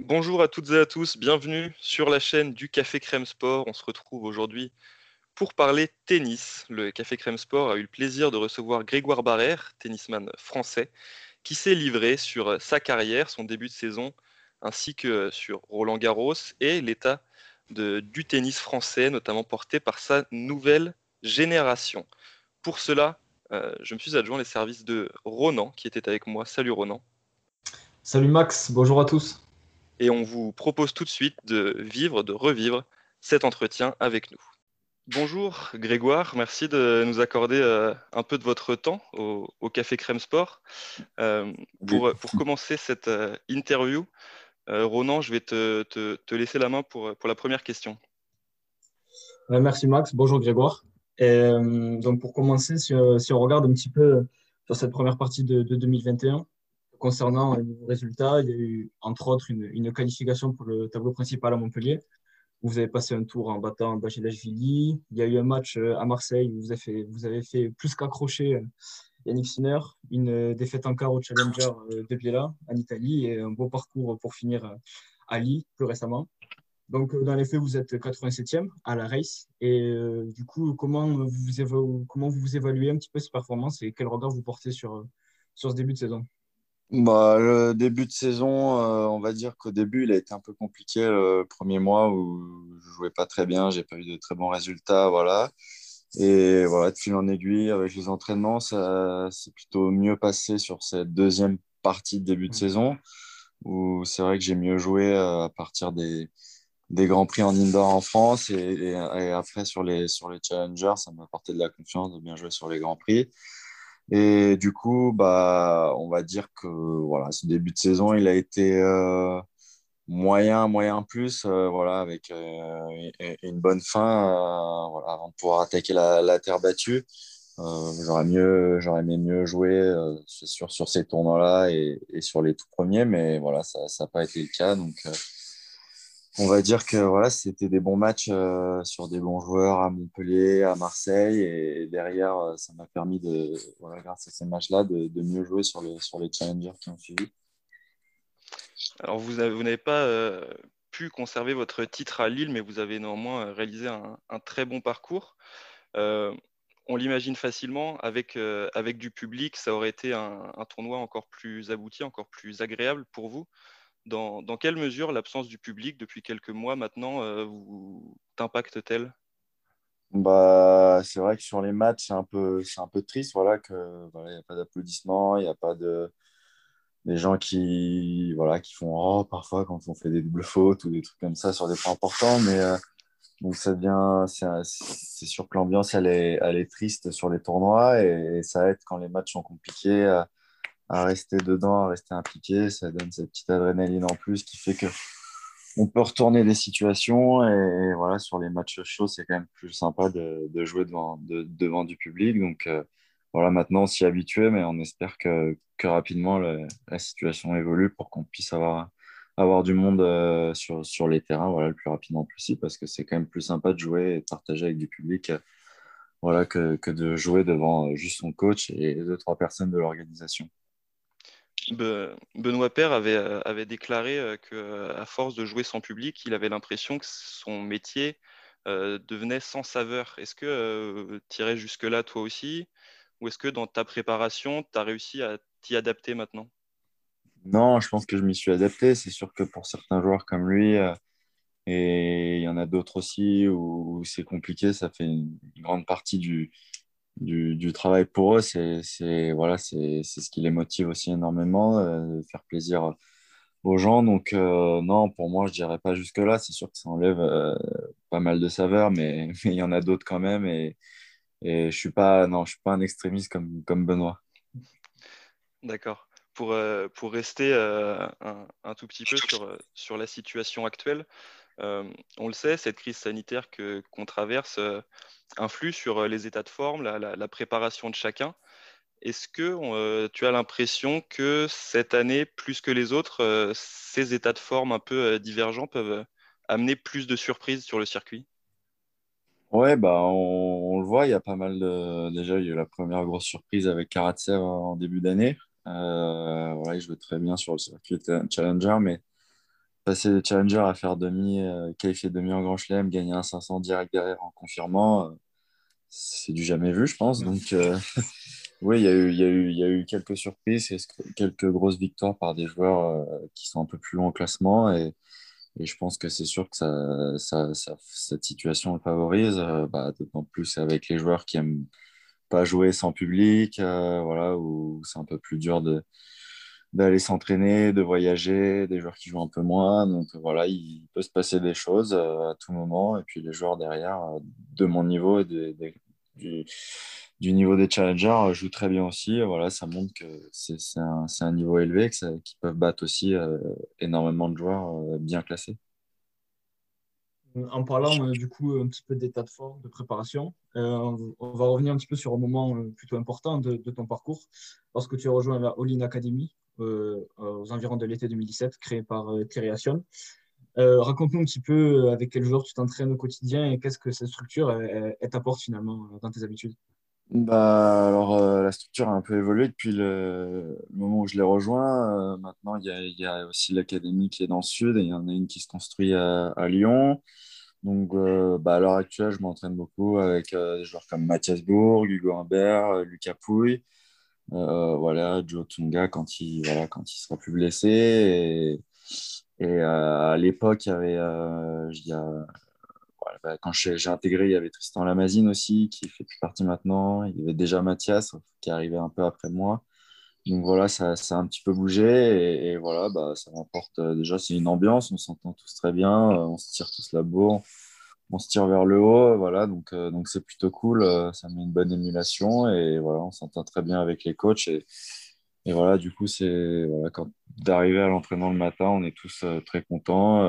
Bonjour à toutes et à tous, bienvenue sur la chaîne du Café Crème Sport. On se retrouve aujourd'hui pour parler tennis. Le Café Crème Sport a eu le plaisir de recevoir Grégoire Barrère, tennisman français, qui s'est livré sur sa carrière, son début de saison, ainsi que sur Roland Garros et l'état du tennis français, notamment porté par sa nouvelle génération. Pour cela, je me suis adjoint les services de Ronan, qui était avec moi. Salut Ronan. Salut Max, bonjour à tous. Et on vous propose tout de suite de revivre cet entretien avec nous. Bonjour Grégoire, merci de nous accorder un peu de votre temps au Café Crème Sport. Euh, Salut. pour commencer cette interview, Ronan, je vais te laisser la main pour la première question. Merci Max, bonjour Grégoire. Donc pour commencer, si on regarde un petit peu sur cette première partie de 2021, concernant les nouveaux résultats, il y a eu entre autres une qualification pour le tableau principal à Montpellier, où vous avez passé un tour en battant Bagelashvili. Il y a eu un match à Marseille où vous avez fait plus qu'accrocher Yannick Sinner, une défaite en quart au Challenger de Biella en Italie et un beau parcours pour finir à Lille plus récemment. Donc, dans les faits, vous êtes 87e à la race. Et du coup, comment vous évaluez un petit peu ces performances et quel regard vous portez sur ce début de saison? Le début de saison, on va dire qu'au début, il a été un peu compliqué le premier mois où je jouais pas très bien, j'ai pas eu de très bons résultats, voilà. Et voilà, de fil en aiguille, avec les entraînements, ça s'est plutôt mieux passé sur cette deuxième partie de début de saison, où c'est vrai que j'ai mieux joué à partir des Grands Prix en indoor en France et après sur les challengers, ça m'a apporté de la confiance de bien jouer sur les Grands Prix. Et du coup, bah, on va dire que voilà, ce début de saison, il a été moyen, moyen plus, voilà, avec une bonne fin, voilà, avant de pouvoir attaquer la terre battue. J'aurais aimé mieux jouer, c'est sûr, sur ces tournois-là et sur les tout premiers, mais voilà, ça n'a pas été le cas. Donc, on va dire que voilà, c'était des bons matchs sur des bons joueurs à Montpellier, à Marseille. Et derrière, ça m'a permis voilà, grâce à ces matchs-là, de mieux jouer sur les challengers qui ont suivi. Alors vous n'avez pas pu conserver votre titre à Lille, mais vous avez néanmoins réalisé un très bon parcours. Euh, on l'imagine facilement, avec du public, ça aurait été un tournoi encore plus abouti, encore plus agréable pour vous. Dans quelle mesure l'absence du public depuis quelques mois maintenant vous t'impacte-t-elle? Bah, c'est vrai que sur les matchs, c'est un peu triste, voilà, que voilà, il n'y a pas d'applaudissements, il n'y a pas des gens voilà, qui font oh, parfois quand on fait des doubles fautes ou des trucs comme ça sur des points importants, mais donc c'est sûr que l'ambiance elle est triste sur les tournois et ça aide quand les matchs sont compliqués à rester dedans, à rester impliqué. Ça donne cette petite adrénaline en plus qui fait que on peut retourner des situations et voilà, sur les matchs chauds, c'est quand même plus sympa de jouer devant du public. Donc voilà, maintenant on s'y est habitué, mais on espère que rapidement la situation évolue pour qu'on puisse avoir du monde sur les terrains voilà, le plus rapidement possible parce que c'est quand même plus sympa de jouer et de partager avec du public voilà, que de jouer devant juste son coach et deux, trois personnes de l'organisation. Benoît Paire avait déclaré que à force de jouer sans public, il avait l'impression que son métier devenait sans saveur. Est-ce que tu irais jusque-là toi aussi? Ou est-ce que dans ta préparation, tu as réussi à t'y adapter maintenant? Non, je pense que je m'y suis adapté. C'est sûr que pour certains joueurs comme lui, et il y en a d'autres aussi où c'est compliqué, ça fait une grande partie du travail pour eux. Voilà, c'est ce qui les motive aussi énormément, de faire plaisir aux gens. Donc, non, pour moi, je dirais pas jusque-là. C'est sûr que ça enlève pas mal de saveur, mais il y en a d'autres quand même. Et non, je suis pas un extrémiste comme Benoît. D'accord. Pour rester un tout petit peu sur la situation actuelle, on le sait, cette crise sanitaire qu'on traverse influe sur les états de forme, la préparation de chacun. Est-ce que tu as l'impression que cette année, plus que les autres, ces états de forme un peu divergents peuvent amener plus de surprises sur le circuit? Ouais, bah, on le voit, il y a pas mal Déjà, il y a eu la première grosse surprise avec Karatsev en début d'année. Voilà, il jouait très bien sur le circuit Challenger, mais passer de challenger à faire demi, qualifier demi en Grand Chelem, gagner un 500 direct derrière en confirmant, c'est du jamais vu, je pense. Ouais. Donc, oui, il y a eu quelques surprises, quelques grosses victoires par des joueurs qui sont un peu plus loin au classement. Et je pense que c'est sûr que cette situation le favorise, d'autant plus avec les joueurs qui aiment pas jouer sans public, voilà, où c'est un peu plus dur d'aller s'entraîner, de voyager, des joueurs qui jouent un peu moins. Donc voilà, il peut se passer des choses à tout moment. Et puis les joueurs derrière, de mon niveau et du, du niveau des challengers, jouent très bien aussi. Voilà, ça montre que c'est un niveau élevé, qu'ils peuvent battre aussi énormément de joueurs bien classés. En parlant du coup un petit peu d'état de forme, de préparation, on va revenir un petit peu sur un moment plutôt important de ton parcours, lorsque tu as rejoint la All-In Academy aux environs de l'été 2017, créée par Thierry Assion. Raconte-nous un petit peu avec quels joueurs tu t'entraînes au quotidien et qu'est-ce que cette structure elle t'apporte finalement dans tes habitudes. La structure a un peu évolué depuis le moment où je l'ai rejoint. Maintenant, il y a aussi l'académie qui est dans le sud et il y en a une qui se construit à Lyon. Donc, à l'heure actuelle, je m'entraîne beaucoup avec des joueurs comme Mathias Bourg, Hugo Humbert, Lucas Pouille, voilà, Joe Tunga quand il sera plus blessé. À l'époque, quand j'ai intégré, il y avait Tristan Lamazine aussi, qui fait plus partie maintenant. Il y avait déjà Mathias, qui est arrivé un peu après moi. Donc voilà, ça a un petit peu bougé. Et voilà, ça m'apporte déjà, c'est une ambiance. On s'entend tous très bien. On se tire tous la bourre. On se tire vers le haut. Voilà, donc c'est plutôt cool. Ça met une bonne émulation. Et voilà, on s'entend très bien avec les coachs. Et voilà, du coup, quand d'arriver à l'entraînement le matin, on est tous très contents.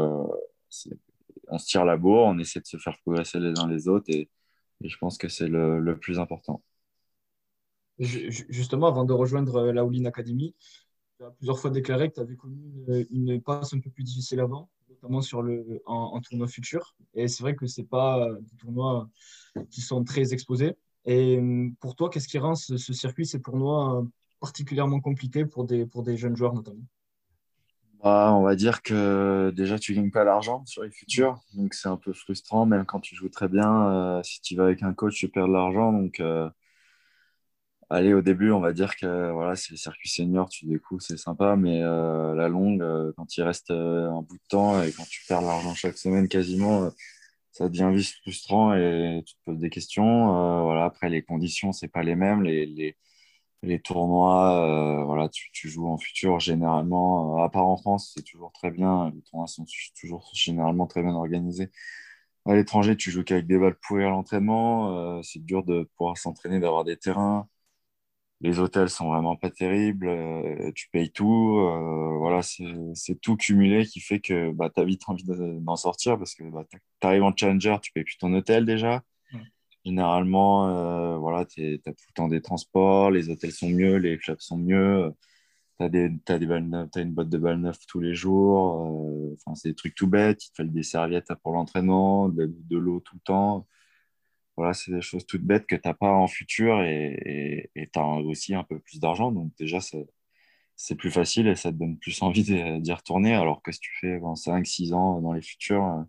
On se tire la bourre, on essaie de se faire progresser les uns les autres et je pense que c'est le plus important. Justement, avant de rejoindre la All-In Academy, tu as plusieurs fois déclaré que tu avais connu une passe un peu plus difficile avant, notamment en tournoi futur. Et c'est vrai que ce pas des tournois qui sont très exposés. Et pour toi, qu'est-ce qui rend ce circuit, ces tournois particulièrement compliqués pour des jeunes joueurs notamment? On va dire que déjà, tu gagnes pas d'argent sur les futurs, donc c'est un peu frustrant, même quand tu joues très bien. Si tu vas avec un coach, tu perds de l'argent. Donc, allez, au début, on va dire que voilà, c'est le circuit senior, tu découvres, c'est sympa, mais la longue, quand il reste un bout de temps et quand tu perds de l'argent chaque semaine quasiment, ça devient vite frustrant et tu te poses des questions. Voilà, après, les conditions, c'est pas les mêmes. Les tournois, voilà, tu joues en futur généralement, à part en France, c'est toujours très bien. Les tournois sont toujours généralement très bien organisés. À l'étranger, tu joues qu'avec des balles pourries à l'entraînement. C'est dur de pouvoir s'entraîner, d'avoir des terrains. Les hôtels sont vraiment pas terribles. Tu payes tout. Voilà, c'est tout cumulé qui fait que tu as vite envie d'en sortir parce que tu arrives en challenger, tu payes plus ton hôtel déjà. Ouais. Généralement, voilà, tu as tout le temps des transports, les hôtels sont mieux, les clubs sont mieux, t'as des balles neuves, t'as une boîte de balles neuves tous les jours. Enfin, c'est des trucs tout bêtes, il te fallait des serviettes pour l'entraînement, de l'eau tout le temps. Voilà, c'est des choses toutes bêtes que t'as pas en futur et tu as aussi un peu plus d'argent. Donc déjà, c'est plus facile et ça te donne plus envie d'y retourner. Alors que si tu fais 5 6 ans dans les futurs,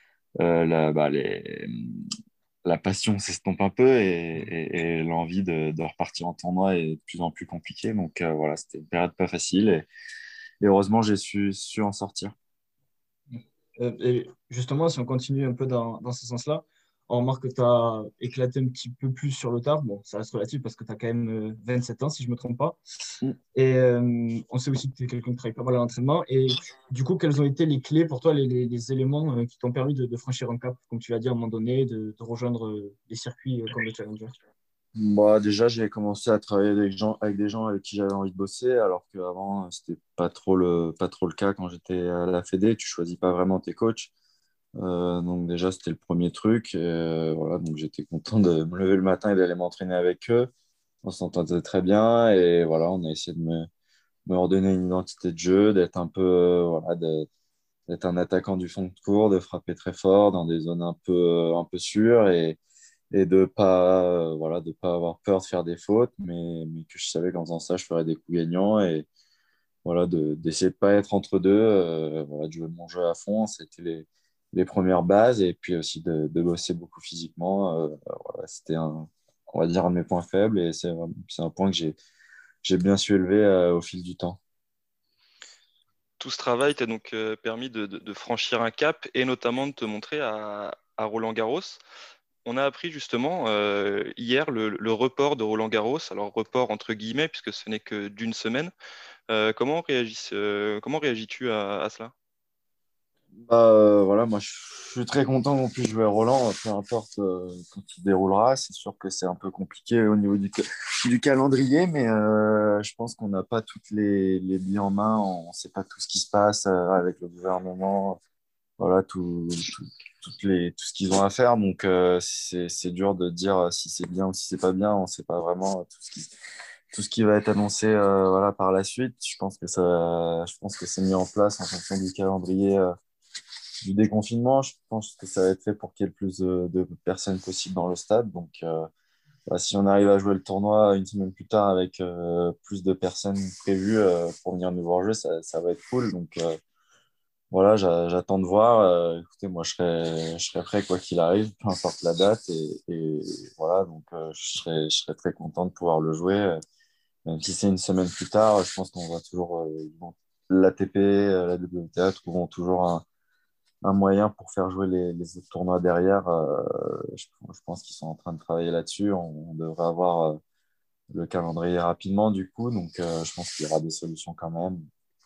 la passion s'estompe un peu et l'envie de repartir en tournoi est de plus en plus compliquée. Donc voilà, c'était une période pas facile et heureusement, j'ai su en sortir. Et justement, si on continue un peu dans ce sens-là, on remarque que tu as éclaté un petit peu plus sur le tard. Bon, ça reste relatif parce que tu as quand même 27 ans, si je ne me trompe pas. Mm. Et on sait aussi que tu es quelqu'un qui travaille pas mal à l'entraînement. Et du coup, quelles ont été les clés pour toi, les éléments qui t'ont permis de franchir un cap, comme tu l'as dit à un moment donné, de rejoindre les circuits comme le Challenger? Déjà, j'ai commencé à travailler avec des gens avec qui j'avais envie de bosser, alors qu'avant, c'était pas trop le cas quand j'étais à la Fédé. Tu choisis pas vraiment tes coachs. Donc déjà, c'était le premier truc. Voilà, donc j'étais content de me lever le matin et d'aller m'entraîner avec eux. On s'entendait très bien et voilà, on a essayé de me redonner une identité de jeu, d'être un peu, voilà, d'être un attaquant du fond de cour, de frapper très fort dans des zones un peu sûres et de pas avoir peur de faire des fautes, mais que je savais qu'en faisant ça, je ferais des coups gagnants voilà, d'essayer de pas être entre deux, voilà, de jouer mon jeu à fond. C'était les premières bases et puis aussi de bosser beaucoup physiquement. Voilà, c'était on va dire, un de mes points faibles et c'est un point que j'ai bien su élever au fil du temps. Tout ce travail t'a donc permis de franchir un cap et notamment de te montrer à Roland-Garros. On a appris justement hier le report de Roland-Garros, alors report entre guillemets puisque ce n'est que d'une semaine. Comment réagis-tu à cela? Bah, voilà, moi je suis très content qu'on puisse jouer à Roland, peu importe quand il déroulera. C'est sûr que c'est un peu compliqué au niveau du calendrier, mais je pense qu'on n'a pas toutes les billes en main. On ne sait pas tout ce qui se passe avec le gouvernement, voilà, tout ce qu'ils ont à faire. Donc c'est dur de dire si c'est bien ou si c'est pas bien. On ne sait pas vraiment tout ce qui va être annoncé voilà, par la suite. Je pense que c'est mis en place en fonction du calendrier du déconfinement. Je pense que ça va être fait pour qu'il y ait le plus de personnes possible dans le stade. Donc, bah, si on arrive à jouer le tournoi une semaine plus tard avec plus de personnes prévues pour venir nous voir jouer, ça va être cool. Donc, voilà, j'attends de voir. Écoutez, moi, je serai prêt quoi qu'il arrive, peu importe la date. Et voilà, donc je serai très content de pouvoir le jouer. Même si c'est une semaine plus tard, je pense qu'on va toujours, bon, l'ATP, la WTA trouveront toujours un moyen pour faire jouer les autres tournois derrière. Je pense qu'ils sont en train de travailler là-dessus. On devrait avoir le calendrier rapidement, du coup. Donc, je pense qu'il y aura des solutions quand même.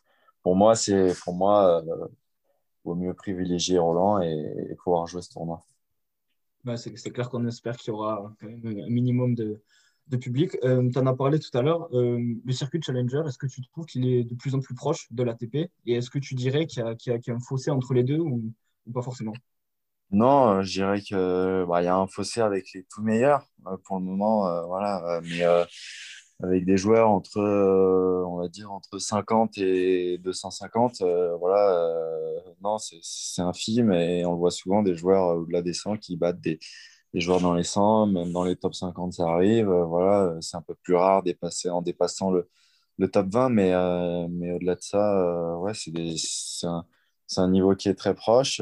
Pour moi, vaut mieux privilégier Roland et pouvoir jouer ce tournoi. Bah, c'est clair qu'on espère qu'il y aura quand même un minimum de public. Tu en as parlé tout à l'heure. Le circuit Challenger, est-ce que tu trouves qu'il est de plus en plus proche de l'ATP? Et est-ce que tu dirais qu'il y a un fossé entre les deux ou pas forcément? Non, je dirais que bah, il y a un fossé avec les tout meilleurs pour le moment, voilà. Mais avec des joueurs entre, on va dire, entre 50 et 250. Voilà, non, c'est infime et on le voit souvent des joueurs au-delà des 100 qui battent des joueurs dans les 100, même dans les top 50, ça arrive. Voilà, c'est un peu plus rare en dépassant le top 20, mais au-delà de ça, ouais, c'est un niveau qui est très proche.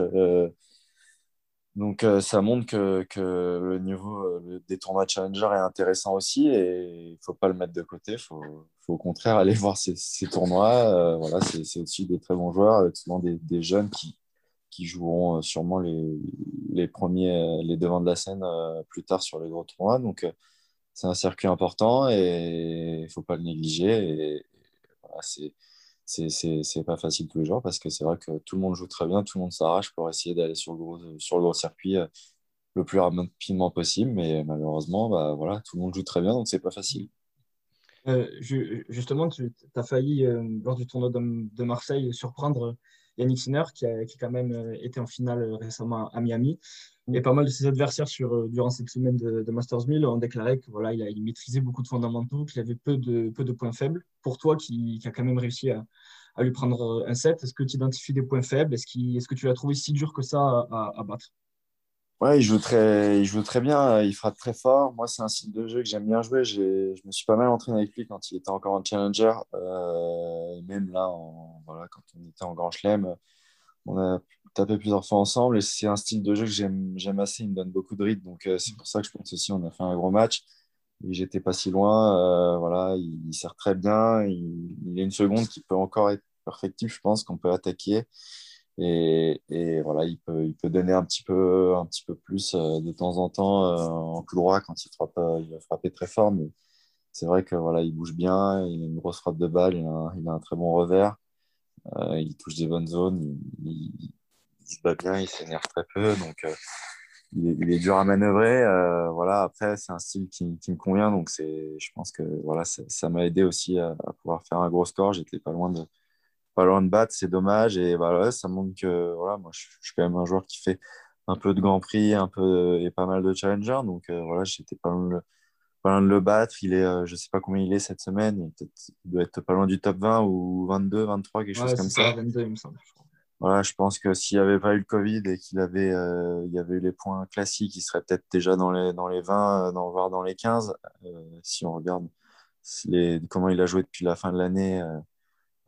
Donc, ça montre que le niveau des tournois Challenger est intéressant aussi et il ne faut pas le mettre de côté. Faut au contraire aller voir ces tournois. Voilà, c'est aussi des très bons joueurs, avec souvent des jeunes qui joueront sûrement les premiers, les devants de la scène plus tard sur les gros tournois. Donc, c'est un circuit important et il ne faut pas le négliger. Et voilà, c'est pas facile tous les jours parce que c'est vrai que tout le monde joue très bien, tout le monde s'arrache pour essayer d'aller sur le gros circuit le plus rapidement possible. Mais malheureusement, bah, voilà, tout le monde joue très bien, donc c'est pas facile. Justement, tu as failli, lors du tournoi de Marseille, surprendre Yannick Sinner, qui quand même été en finale récemment à Miami. Et pas mal de ses adversaires durant cette semaine de Masters 1000 ont déclaré que voilà, il maîtrisait beaucoup de fondamentaux, qu'il avait peu de points faibles. Pour toi, qui a quand même réussi à lui prendre un set, est-ce que tu identifies des points faibles? Est-ce que tu l'as trouvé si dur que ça à battre? Ouais, il joue très bien, il frappe très fort. Moi, c'est un style de jeu que j'aime bien jouer. Je me suis pas mal entraîné avec lui quand il était encore en challenger. Et même là, voilà, quand on était en Grand Chelem, on a tapé plusieurs fois ensemble. Et c'est un style de jeu que j'aime assez. Il me donne beaucoup de rythme. Donc, c'est pour ça que je pense aussi on a fait un gros match. Et j'étais pas si loin. Voilà, il sert très bien. Il a une seconde qui peut encore être perfectible, je pense, qu'on peut attaquer. Et voilà, il peut donner un petit peu plus de temps en temps en coup droit quand il va frapper très fort. Mais c'est vrai que voilà, il bouge bien, il a une grosse frappe de balle, il a un très bon revers, il touche des bonnes zones, il se bat bien, il s'énerve très peu. Donc il est dur à manœuvrer. Voilà, après, c'est un style qui me convient. Donc je pense que voilà, ça m'a aidé aussi à pouvoir faire un gros score. J'étais pas loin de battre, c'est dommage. Et voilà, ça montre que voilà, moi, je suis quand même un joueur qui fait un peu de Grand Prix, un peu et pas mal de Challenger. Donc voilà, j'étais pas loin de le battre. Je sais pas combien il est cette semaine. Il doit être pas loin du top 20 ou 22, 23, quelque chose Ouais, comme c'est ça, ça. 22, il me semble, je crois. Voilà, je pense que s'il n'y avait pas eu le Covid et il y avait eu les points classiques, il serait peut-être déjà dans les 20, voire dans les 15. Si on regarde comment il a joué depuis la fin de l'année.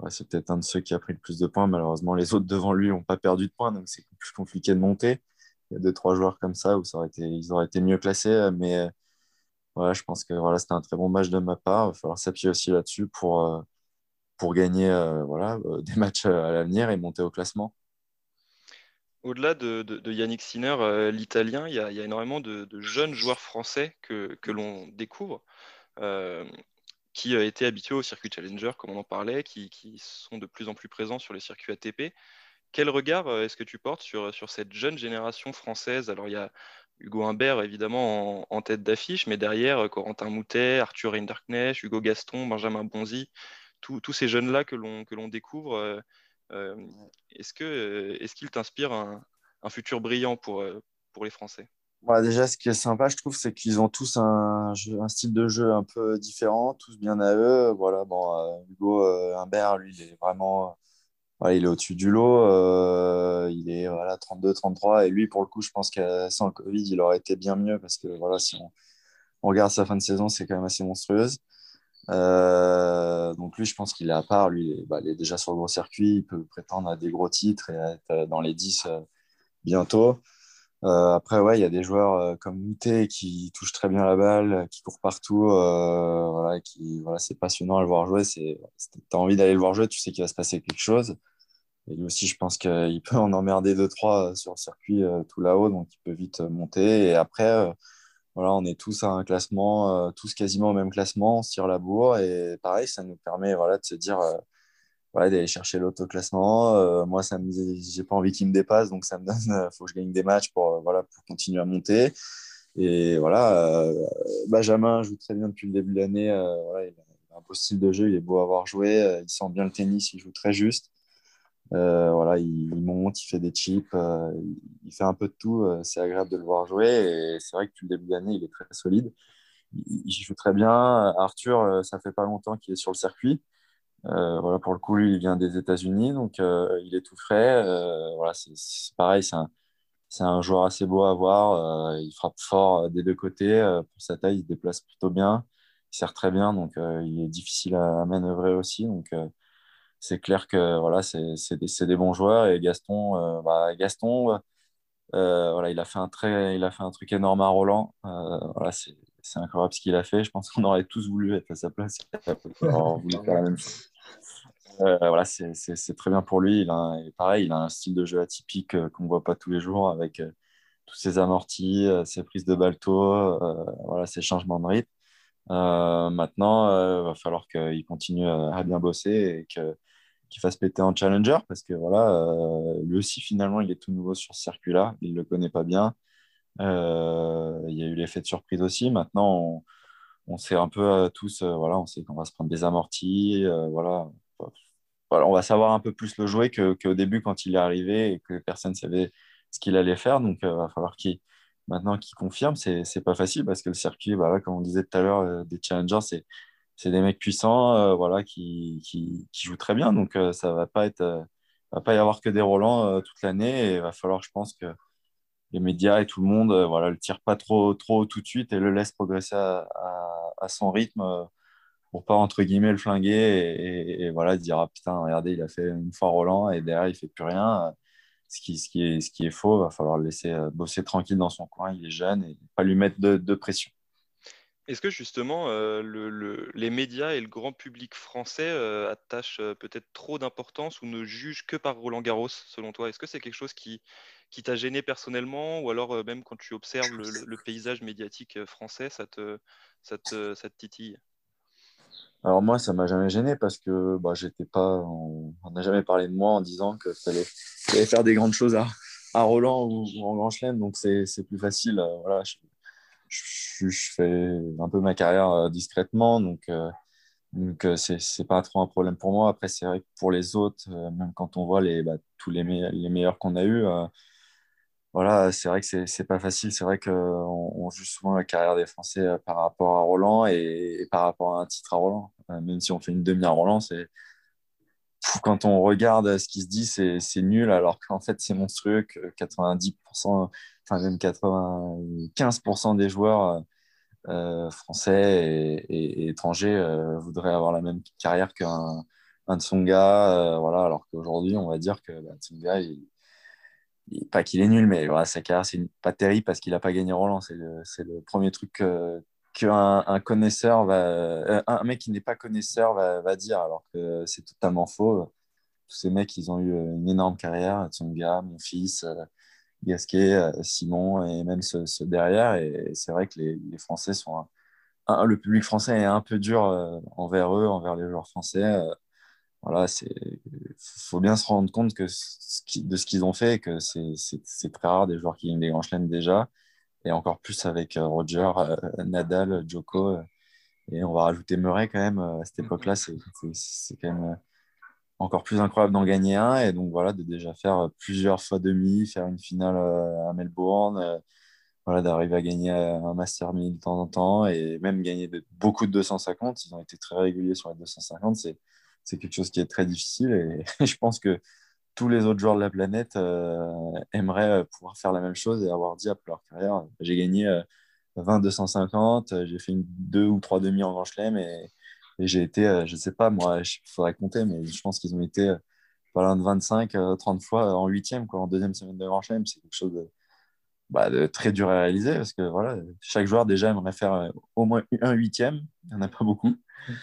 ouais, c'est peut-être un de ceux qui a pris le plus de points. Malheureusement, les autres devant lui n'ont pas perdu de points, donc c'est plus compliqué de monter. Il y a deux, trois joueurs comme ça où ils auraient été mieux classés. Mais voilà, je pense que voilà, c'était un très bon match de ma part. Il va falloir s'appuyer aussi là-dessus pour gagner voilà, des matchs à l'avenir et monter au classement. Au-delà de Yannick Sinner, l'Italien, il y a énormément de jeunes joueurs français que l'on découvre, euh, qui étaient habitués au circuit Challenger, comme on en parlait, qui sont de plus en plus présents sur les circuits ATP. Quel regard est-ce que tu portes sur cette jeune génération française? Alors, il y a Hugo Humbert, évidemment, en tête d'affiche, mais derrière, Corentin Moutet, Arthur Rinderknecht, Hugo Gaston, Benjamin Bonzi, tous ces jeunes-là que l'on découvre, euh, est-ce qu'ils t'inspirent un futur brillant pour les Français? Voilà, déjà, ce qui est sympa, je trouve, c'est qu'ils ont tous un style de jeu un peu différent, tous bien à eux. Voilà, bon, Hugo Humbert, lui, il est vraiment, voilà, il est au-dessus du lot. Il est voilà, 32, 33. Et lui, pour le coup, je pense que sans le Covid, il aurait été bien mieux parce que voilà, si on regarde sa fin de saison, c'est quand même assez monstrueuse. Donc lui, je pense qu'il est à part. Lui, il est déjà sur le gros circuit. Il peut prétendre à des gros titres et être dans les 10 bientôt. Après, ouais, il y a des joueurs comme Moutet qui touchent très bien la balle, qui courent partout. Voilà, voilà, c'est passionnant à le voir jouer. T'as envie d'aller le voir jouer, tu sais qu'il va se passer quelque chose. Et lui aussi, je pense qu'il peut en emmerder deux, trois sur le circuit tout là-haut, donc il peut vite monter. Et après, voilà, on est tous à un classement, tous quasiment au même classement, on se tire la bourre. Et pareil, ça nous permet voilà, de se dire, ouais, d'aller chercher l'autoclassement. Moi, j'ai pas envie qu'il me dépasse, donc ça me donne, faut que je gagne des matchs voilà, pour continuer à monter. Et voilà, Benjamin joue très bien depuis le début de l'année. Voilà, il a un beau style de jeu, il est beau à voir jouer. Il sent bien le tennis, il joue très juste. Voilà, il monte, il fait des chips, il fait un peu de tout. C'est agréable de le voir jouer. Et c'est vrai que depuis le début de l'année, il est très solide. Il joue très bien. Arthur, ça fait pas longtemps qu'il est sur le circuit. Voilà, pour le coup, lui, il vient des États-Unis, donc il est tout frais. Voilà, c'est pareil, c'est un joueur assez beau à voir. Il frappe fort des deux côtés. Pour sa taille, il se déplace plutôt bien. Il sert très bien, donc il est difficile à manœuvrer aussi. Donc c'est clair que voilà, c'est des bons joueurs. Et Gaston, voilà, il a fait un truc énorme à Roland. Voilà, c'est incroyable ce qu'il a fait. Je pense qu'on aurait tous voulu être à sa place. On aurait voulu faire la même chose. Voilà, c'est très bien pour lui. Et pareil, il a un style de jeu atypique qu'on ne voit pas tous les jours avec tous ses amortis, ses prises de balle tôt, voilà, ses changements de rythme. Maintenant, il va falloir qu'il continue à bien bosser et qu'il fasse péter en challenger parce que voilà, lui aussi, finalement, il est tout nouveau sur ce circuit-là. Il ne le connaît pas bien. Il y a eu l'effet de surprise aussi. Maintenant, on sait un peu tous, voilà, on sait qu'on va se prendre des amortis. Voilà, voilà, on va savoir un peu plus le jouer qu'au début quand il est arrivé et que personne ne savait ce qu'il allait faire. Donc, il va falloir maintenant qu'il confirme. C'est pas facile parce que le circuit, bah, ouais, comme on disait tout à l'heure, des challengers, c'est des mecs puissants voilà, qui jouent très bien. Donc, ça va pas y avoir que des Roland toute l'année. Et il va falloir, je pense, que les médias et tout le monde voilà, le tire pas trop haut tout de suite et le laisse progresser à son rythme. Pour pas entre guillemets le flinguer et voilà dire ah putain regardez il a fait une fois Roland et derrière il fait plus rien ce qui est faux va falloir le laisser bosser tranquille dans son coin il est jeune et pas lui mettre de pression. Est-ce que justement les médias et le grand public français attachent peut-être trop d'importance ou ne jugent que par Roland Garros selon toi? Est-ce que c'est quelque chose qui t'a gêné personnellement ou alors même quand tu observes le paysage médiatique français, ça te titille? Alors moi ça m'a jamais gêné parce que bah, j'étais pas on n'a jamais parlé de moi en disant que fallait faire des grandes choses à Roland ou en Grand Chelem donc c'est plus facile voilà je fais un peu ma carrière discrètement donc, c'est pas trop un problème pour moi. Après, c'est vrai que pour les autres, même quand on voit tous les meilleurs qu'on a eus, voilà, c'est vrai que c'est pas facile. C'est vrai qu'on juge souvent la carrière des Français par rapport à Roland et par rapport à un titre à Roland. Même si on fait une demi à Roland, quand on regarde ce qui se dit, c'est nul, alors qu'en fait, c'est monstrueux que 90%, enfin même 95% des joueurs français et étrangers voudraient avoir la même carrière un Tsonga, voilà, alors qu'aujourd'hui, on va dire que Tsonga, pas qu'il est nul, mais voilà, sa carrière, c'est pas terrible parce qu'il n'a pas gagné Roland. C'est le premier truc qu'un connaisseur un mec qui n'est pas connaisseur va dire, alors que c'est totalement faux. Tous ces mecs, ils ont eu une énorme carrière. Tsonga, mon fils, Gasquet, Simon et même ceux derrière. Et c'est vrai que les Français sont le public français est un peu dur envers eux, envers les joueurs français. Voilà, faut bien se rendre compte de ce qu'ils ont fait, et que c'est très rare des joueurs qui gagnent des grands chelems déjà, et encore plus avec Roger, Nadal, Djoko, et on va rajouter Murray quand même. À cette époque-là, c'est quand même encore plus incroyable d'en gagner un, et donc voilà, de déjà faire plusieurs fois demi, faire une finale à Melbourne, voilà, d'arriver à gagner un Master 1000 de temps en temps, et même gagner beaucoup de 250. Ils ont été très réguliers sur les 250. C'est quelque chose qui est très difficile, et je pense que tous les autres joueurs de la planète aimeraient pouvoir faire la même chose et avoir dit après leur carrière, j'ai gagné 20 250, j'ai fait deux ou trois demi en Grand Chelem, et j'ai été, je ne sais pas, moi, il faudrait compter, mais je pense qu'ils ont été pas loin de 25, 30 fois en huitième, quoi, en deuxième semaine de Grand Chelem. C'est quelque chose de très dur à réaliser, parce que voilà, chaque joueur déjà aimerait faire au moins un huitième, il n'y en a pas beaucoup.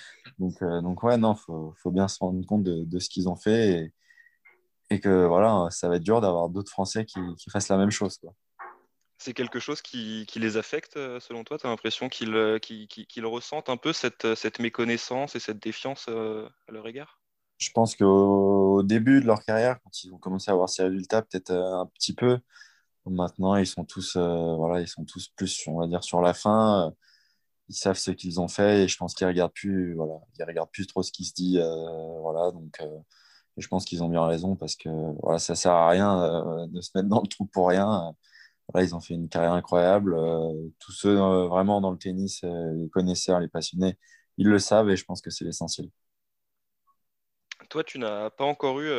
Donc ouais, non, faut bien se rendre compte de ce qu'ils ont fait, et que voilà, ça va être dur d'avoir d'autres Français qui fassent la même chose, quoi. C'est quelque chose qui les affecte, selon toi? Tu as l'impression qu'ils ressentent un peu cette méconnaissance et cette défiance à leur égard? Je pense qu'au début de leur carrière, quand ils ont commencé à avoir ces résultats, peut-être un petit peu. Maintenant, voilà, ils sont tous plus, on va dire, sur la fin. Ils savent ce qu'ils ont fait, et je pense qu'ils regardent plus, voilà, ils regardent plus trop ce qui se dit, voilà. Donc, et je pense qu'ils ont bien raison, parce que voilà, ça sert à rien de se mettre dans le trou pour rien. Voilà, ils ont fait une carrière incroyable. Tous ceux vraiment dans le tennis, les connaisseurs, les passionnés, ils le savent, et je pense que c'est l'essentiel. Toi, tu n'as pas encore eu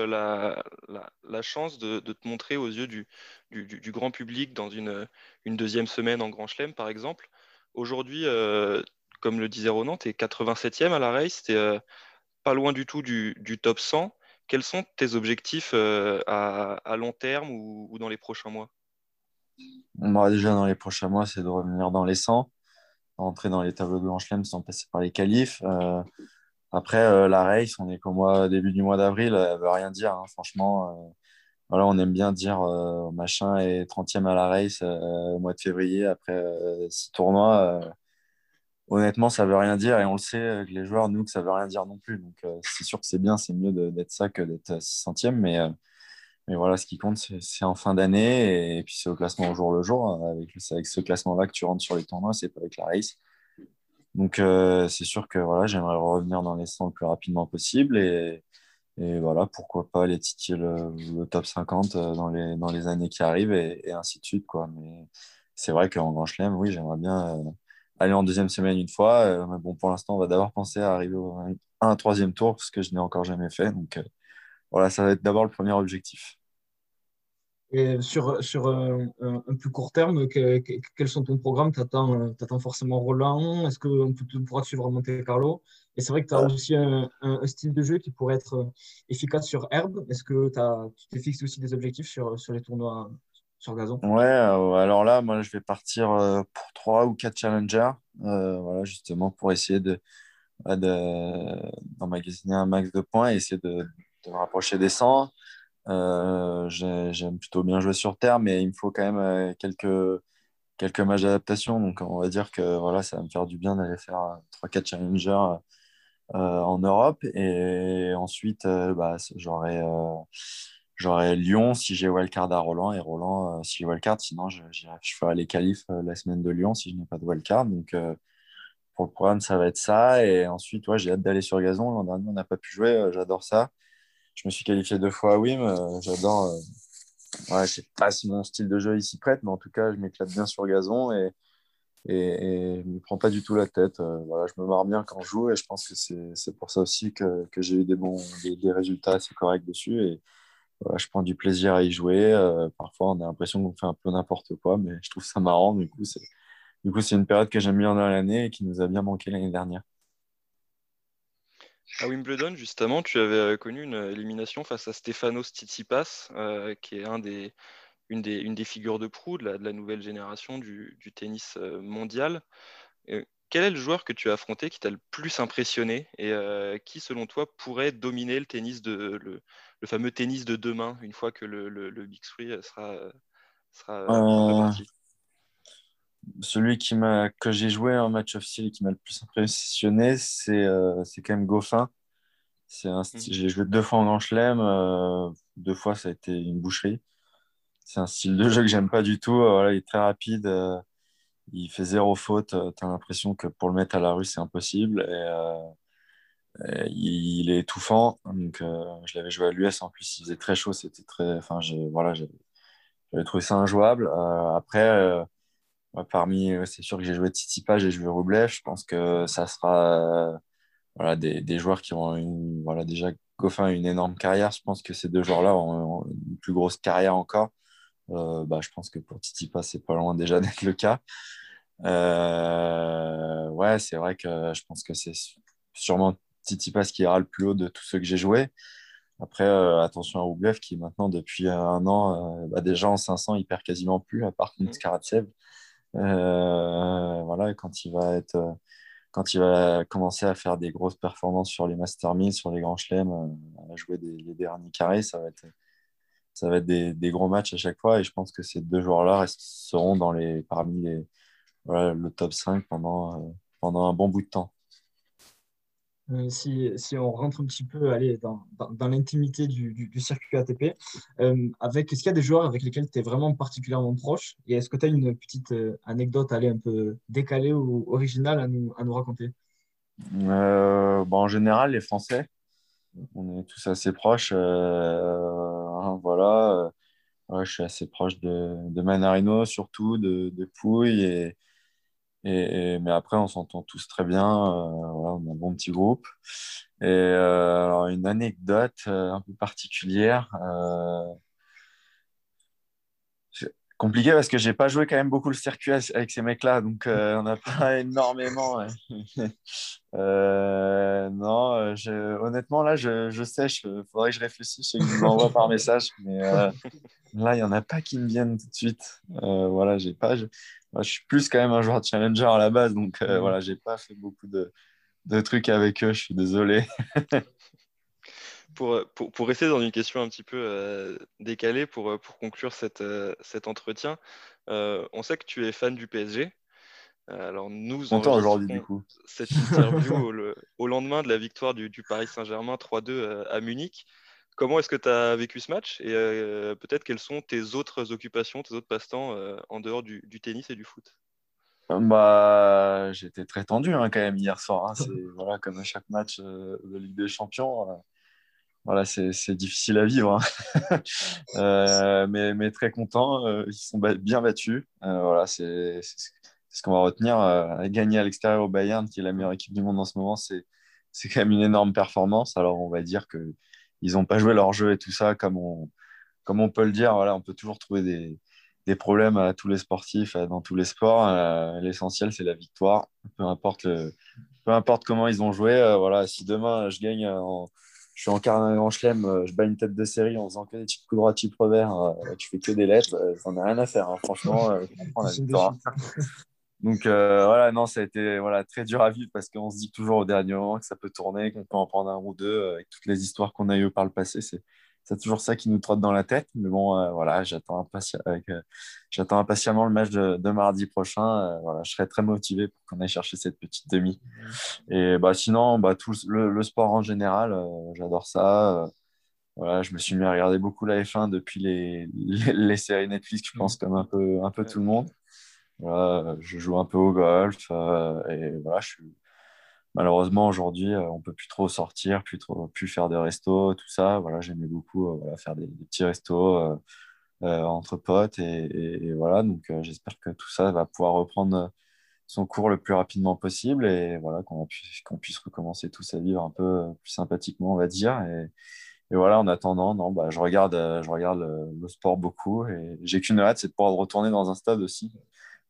la chance de te montrer aux yeux du grand public dans une deuxième semaine en Grand Chelem, par exemple. Aujourd'hui, comme le disait Ronan, tu es 87e à la race, tu es pas loin du tout du top 100. Quels sont tes objectifs à long terme ou dans les prochains mois? Moi, déjà, dans les prochains mois, c'est de revenir dans les 100, rentrer dans les tableaux de Grand Chelem sans passer par les qualifs. Après, la race, on est qu'au début du mois d'avril, elle veut rien dire, hein, franchement. Voilà, on aime bien dire machin est 30e à la race au mois de février après 6 tournois. Honnêtement, ça veut rien dire, et on le sait, que les joueurs, nous, que ça veut rien dire non plus. Donc, c'est sûr que c'est bien, c'est mieux d'être ça que d'être 600e. Mais voilà, ce qui compte, c'est en fin d'année, et puis c'est au classement au jour le jour, hein. C'est avec ce classement-là que tu rentres sur les tournois, c'est pas avec la race. Donc, c'est sûr que voilà, j'aimerais revenir dans les 100 le plus rapidement possible, et voilà, pourquoi pas aller titiller le top 50 dans les années qui arrivent, et ainsi de suite, quoi. Mais c'est vrai qu'en Grand Chelem, oui, j'aimerais bien aller en deuxième semaine une fois. Mais bon, pour l'instant, on va d'abord penser à arriver à un troisième tour, parce que je n'ai encore jamais fait. Donc, voilà, ça va être d'abord le premier objectif. Et sur un plus court terme, quels sont ton programme? Tu attends forcément Roland? Est-ce qu'on pourra te suivre à Monte-Carlo? Et c'est vrai que tu as Euh, aussi un style de jeu qui pourrait être efficace sur herbe. Est-ce que tu t'es fixé aussi des objectifs sur les tournois sur gazon? Ouais, alors là, moi, je vais partir pour 3 ou 4 challengers, voilà, justement, pour essayer d'emmagasiner un max de points, et essayer de me rapprocher des 100. J'aime plutôt bien jouer sur terre, mais il me faut quand même quelques matchs d'adaptation. Donc, on va dire que voilà, ça va me faire du bien d'aller faire 3-4 challengers en Europe. Et ensuite, j'aurai Lyon si j'ai wildcard à Roland, et Roland si j'ai wildcard. Sinon, je ferai les qualifs la semaine de Lyon si je n'ai pas de wildcard. Donc, pour le programme, ça va être ça. Et ensuite, ouais, j'ai hâte d'aller sur gazon. L'an dernier, on n'a pas pu jouer. J'adore ça. Je me suis qualifié 2 fois à WIM. J'adore. Ouais, je sais pas si mon style de jeu il s'y prête, mais en tout cas, je m'éclate bien sur gazon, et je ne me prends pas du tout la tête. Voilà, je me marre bien quand je joue, et je pense que c'est pour ça aussi que j'ai eu des résultats assez corrects dessus. Et voilà, je prends du plaisir à y jouer. Parfois, on a l'impression qu'on fait un peu n'importe quoi, mais je trouve ça marrant. Du coup, c'est une période que j'aime bien dans l'année, et qui nous a bien manqué l'année dernière. À Wimbledon, justement, tu avais connu une élimination face à Stefanos Tsitsipas, qui est une des figures de proue de la nouvelle génération du tennis mondial. Quel est le joueur que tu as affronté qui t'a le plus impressionné et qui, selon toi, pourrait dominer le fameux tennis de demain une fois que le Big Three sera Euh, réparti? Celui que j'ai joué en match officiel et qui m'a le plus impressionné, c'est quand même Goffin. Mhm. Je l'ai joué 2 fois en Grand Chelem, 2 fois ça a été une boucherie. C'est un style de jeu que j'aime pas du tout. Voilà, il est très rapide, il fait 0 faute. T'as l'impression que pour le mettre à la rue, c'est impossible. Et il est étouffant. Donc, je l'avais joué à l'US en plus, il faisait très chaud. C'était très, enfin, voilà, j'avais trouvé ça injouable. Après, ouais, c'est sûr que j'ai joué Tsitsipas, j'ai joué Rublev. Je pense que ça sera voilà, des joueurs qui ont voilà, déjà Goffin a une énorme carrière. Je pense que ces 2 joueurs-là ont une plus grosse carrière encore. Je pense que pour Tsitsipas, c'est pas loin déjà d'être le cas. Ouais, c'est vrai que je pense que c'est sûrement Tsitsipas qui ira le plus haut de tous ceux que j'ai joués. Après, attention à Rublev qui maintenant, depuis un an, déjà en 500, il perd quasiment plus, à part contre Mhm. Karatsev. Voilà, quand il va commencer à faire des grosses performances sur les Master 1000, sur les grands chelems, à jouer les derniers carrés, ça va être des gros matchs à chaque fois. Et je pense que ces 2 joueurs-là seront parmi voilà, le top 5 pendant un bon bout de temps. Si on rentre un petit peu allez, dans l'intimité du circuit ATP, est-ce qu'il y a des joueurs avec lesquels tu es vraiment particulièrement proche? Et est-ce que tu as une petite anecdote allez, un peu décalée ou originale à nous raconter? En général, les Français, on est tous assez proches. Voilà. Ouais, je suis assez proche de Manarino, surtout, de Pouille. Mais après, on s'entend tous très bien. Voilà, on a un bon petit groupe. Alors, une anecdote un peu particulière. C'est compliqué parce que j'ai pas joué quand même beaucoup le circuit avec ces mecs-là, donc on n'a pas énormément. Ouais. Non, honnêtement, là, je sèche. Il faudrait que je réfléchisse et que je vous l'envoie par message. Mais là, il n'y en a pas qui me viennent tout de suite. Voilà, j'ai pas. Moi, je suis plus quand même un joueur de challenger à la base, donc Mhm. voilà, j'ai pas fait beaucoup de trucs avec eux. Je suis désolé. Pour rester dans une question un petit peu décalée, pour conclure cet entretien, on sait que tu es fan du PSG. Alors, nous Content aujourd'hui, du enregistrons coup. cette interview au lendemain de la victoire du Paris Saint-Germain 3-2 à Munich. Comment est-ce que tu as vécu ce match et peut-être quelles sont tes autres occupations, tes autres passe-temps en dehors du tennis et du foot? J'étais très tendu hein, quand même hier soir. Hein. C'est voilà, comme à chaque match de Ligue des Champions. Voilà, c'est difficile à vivre. Hein. Mais très content. Ils se sont bien battus. Voilà, c'est ce qu'on va retenir. Gagner à l'extérieur au Bayern, qui est la meilleure équipe du monde en ce moment, c'est quand même une énorme performance. Alors, on va dire que ils n'ont pas joué leur jeu et tout ça, comme on peut le dire. Voilà, on peut toujours trouver des problèmes à tous les sportifs, dans tous les sports. L'essentiel, c'est la victoire. Peu importe comment ils ont joué. Voilà, si demain je gagne je suis en quart d'un grand chelem, je bats une tête de série en faisant que des types coups droits, types revers, tu fais que des lettres, t'en as rien à faire. Hein. Franchement, je comprends Ils la sont victoire. déçus. Donc voilà, non, ça a été voilà, très dur à vivre parce qu'on se dit toujours au dernier moment que ça peut tourner, qu'on peut en prendre un ou deux. Avec toutes les histoires qu'on a eues par le passé, c'est toujours ça qui nous trotte dans la tête. Mais bon, voilà, j'attends impatiemment le match de mardi prochain. Voilà, je serai très motivé pour qu'on aille chercher cette petite demi. Et sinon, tout le sport en général, j'adore ça. Voilà, je me suis mis à regarder beaucoup la F1 depuis les séries Netflix, je pense, comme un peu Ouais. tout le monde. Voilà, je joue un peu au golf et voilà, malheureusement aujourd'hui, on peut plus trop sortir, plus faire de resto, tout ça. Voilà, j'aimais beaucoup voilà, faire des petits restos entre potes et voilà. Donc j'espère que tout ça va pouvoir reprendre son cours le plus rapidement possible et voilà qu'on puisse recommencer tous à vivre un peu plus sympathiquement, on va dire. Et voilà, en attendant, non, je regarde le sport beaucoup et j'ai qu'une hâte, c'est de pouvoir retourner dans un stade aussi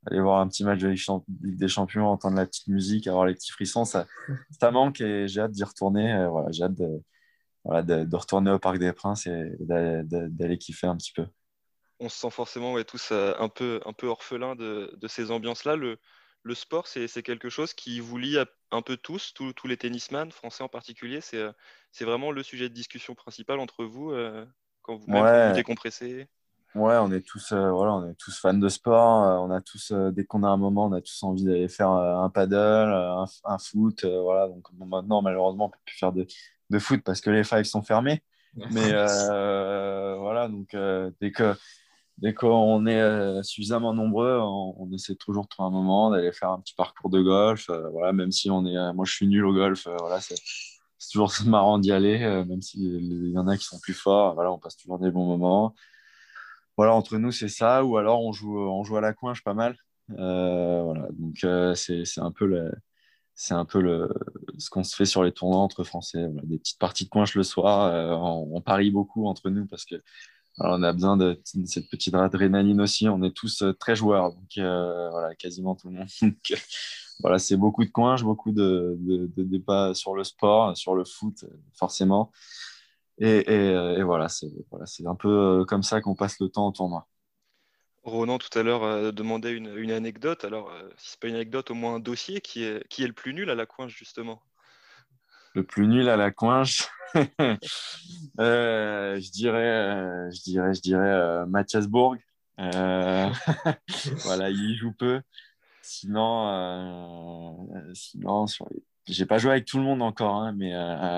aller voir un petit match de Ligue des Champions, entendre la petite musique, avoir les petits frissons, ça manque et j'ai hâte d'y retourner. Voilà, j'ai hâte de retourner au Parc des Princes et d'aller kiffer un petit peu. On se sent forcément ouais, tous un peu orphelins de ces ambiances-là. Le sport, c'est quelque chose qui vous lie un peu tous les tennisman, français en particulier. C'est vraiment le sujet de discussion principal entre vous, même quand vous Ouais, décompressez. ouais, on est tous fans de sport. On a tous, dès qu'on a un moment, on a tous envie d'aller faire un paddle, un foot. Voilà. Donc bon, maintenant, malheureusement, on peut plus faire de foot parce que les fives sont fermés. Mais voilà, donc dès qu'on est suffisamment nombreux, on essaie toujours de trouver un moment d'aller faire un petit parcours de golf. Voilà, même si moi je suis nul au golf, voilà, c'est toujours marrant d'y aller, même s'il y en a qui sont plus forts. Voilà, on passe toujours des bons moments. Voilà, entre nous, c'est ça. Ou alors on joue à la coinche pas mal. Voilà, donc c'est un peu ce qu'on se fait sur les tournois entre Français. Voilà, des petites parties de coinche le soir. On parie beaucoup entre nous parce que alors, on a besoin de cette petite adrénaline aussi. On est tous très joueurs, donc voilà, quasiment tout le monde. Donc, voilà, c'est beaucoup de coinches, beaucoup de débats sur le sport, sur le foot, forcément. Et voilà, c'est un peu comme ça qu'on passe le temps au tournoi. Ronan, tout à l'heure, demandait une anecdote. Alors, si c'est pas une anecdote, au moins un dossier qui est le plus nul à la coince, justement. Le plus nul à la coinche, je dirais Mathias Bourg. Euh, voilà, il y joue peu. Sinon, j'ai pas joué avec tout le monde encore, hein, mais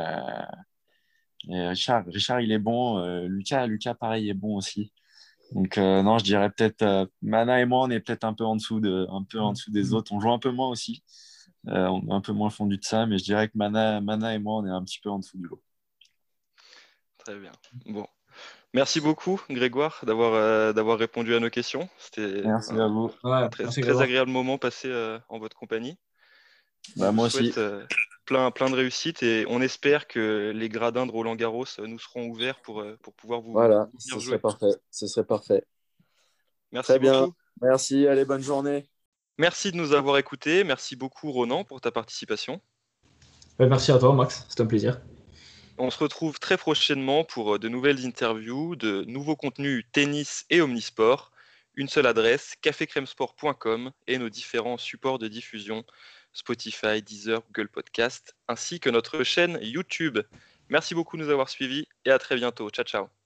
et Richard, il est bon. Lucas, pareil, est bon aussi. Donc non, je dirais peut-être Mana et moi, on est peut-être un peu en dessous des autres. On joue un peu moins aussi. On est un peu moins fondu de ça, mais je dirais que Mana et moi, on est un petit peu en dessous du lot. Très bien. Bon. Merci beaucoup, Grégoire, d'avoir répondu à nos questions. C'était Merci à vous. Ouais, un très, merci très Grégoire. agréable moment passé en votre compagnie. On Bah, vous moi aussi. souhaite plein de réussite et on espère que les gradins de Roland-Garros nous seront ouverts pour pouvoir Voilà, vous venir ce serait jouer. parfait. Ce serait parfait. Merci Très bien. beaucoup. Merci. Allez, bonne journée. Merci de nous avoir écoutés. Merci beaucoup, Ronan, pour ta participation. Ouais, merci à toi, Max. C'était un plaisir. On se retrouve très prochainement pour de nouvelles interviews, de nouveaux contenus tennis et omnisport. Une seule adresse, cafécremesport.com et nos différents supports de diffusion, Spotify, Deezer, Google Podcast, ainsi que notre chaîne YouTube. Merci beaucoup de nous avoir suivis et à très bientôt. Ciao, ciao.